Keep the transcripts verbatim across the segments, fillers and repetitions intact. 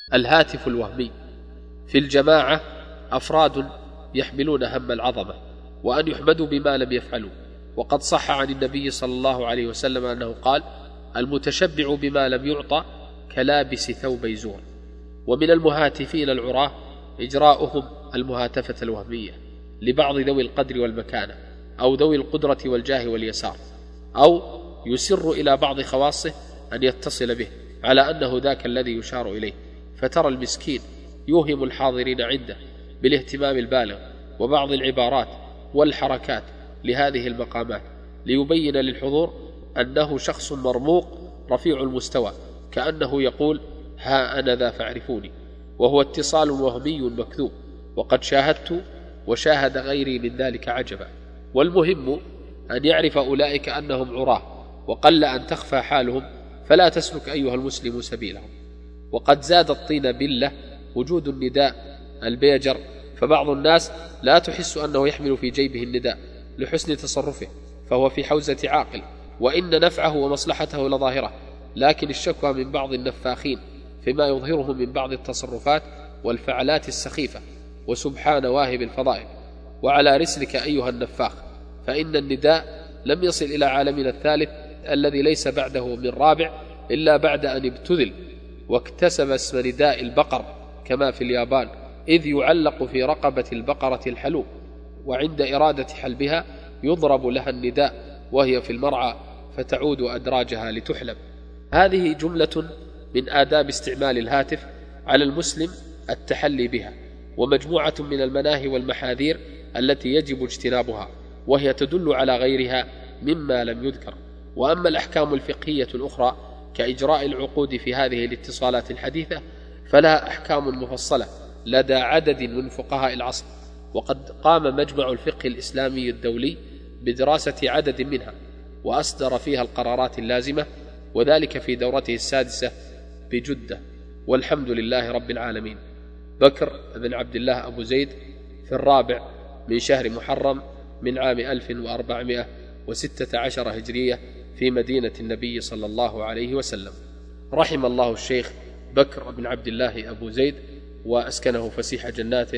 الهاتف الوهمي. في الجماعة أفراد يحملون هم العظمة وأن يحمدوا بما لم يفعلوا، وقد صح عن النبي صلى الله عليه وسلم أنه قال: المتشبع بما لم يعطى كلابس ثوب زور. ومن المهاتفين العراه إجراؤهم المهاتفة الوهمية لبعض ذوي القدر والمكانة أو ذوي القدرة والجاه واليسار، أو يسر إلى بعض خواصه أن يتصل به على أنه ذاك الذي يشار إليه، فترى المسكين يوهم الحاضرين عنده بالاهتمام البالغ وبعض العبارات والحركات لهذه المقامات ليبين للحضور أنه شخص مرموق رفيع المستوى، كأنه يقول: ها أنا ذا فاعرفوني، وهو اتصال وهمي مكذوب، وقد شاهدت وشاهد غيري من ذلك عجبا. والمهم أن يعرف أولئك أنهم عراه، وقل أن تخفى حالهم، فلا تسلك أيها المسلم سبيلهم. وقد زاد الطين بلة وجود النداء البيجر، فبعض الناس لا تحس أنه يحمل في جيبه النداء لحسن تصرفه، فهو في حوزة عاقل، وإن نفعه ومصلحته لظاهرة، لكن الشكوى من بعض النفاخين فيما يظهره من بعض التصرفات والفعلات السخيفة. وسبحان واهب الفضائل. وعلى رسلك أيها النفاخ، فإن النداء لم يصل إلى عالمنا الثالث الذي ليس بعده من رابع إلا بعد أن ابتذل واكتسب اسم نداء البقر كما في اليابان، إذ يعلق في رقبة البقرة الحلوب، وعند إرادة حلبها يضرب لها النداء وهي في المرعى فتعود أدراجها لتحلب. هذه جملة من آداب استعمال الهاتف على المسلم التحلي بها، ومجموعة من المناهي والمحاذير التي يجب اجتنابها، وهي تدل على غيرها مما لم يذكر. وأما الأحكام الفقهية الأخرى كإجراء العقود في هذه الاتصالات الحديثة فلها أحكام مفصلة لدى عدد من فقهاء العصر، وقد قام مجمع الفقه الإسلامي الدولي بدراسة عدد منها وأصدر فيها القرارات اللازمة، وذلك في دورته السادسة بجدة، والحمد لله رب العالمين. بكر بن عبد الله أبو زيد، في الرابع من شهر محرم من عام ألف وأربعمائة وستة عشر هجرية في مدينة النبي صلى الله عليه وسلم. رحم الله الشيخ بكر بن عبد الله أبو زيد وأسكنه فسيح جناته.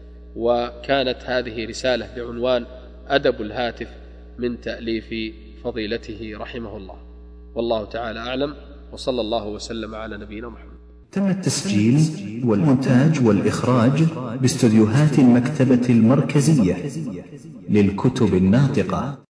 وكانت هذه رسالة بعنوان أدب الهاتف من تأليف فضيلته رحمه الله، والله تعالى أعلم، وصلى الله وسلم على نبينا محمد. تم التسجيل والمونتاج والإخراج باستديوهات المكتبة المركزية للكتب الناطقة.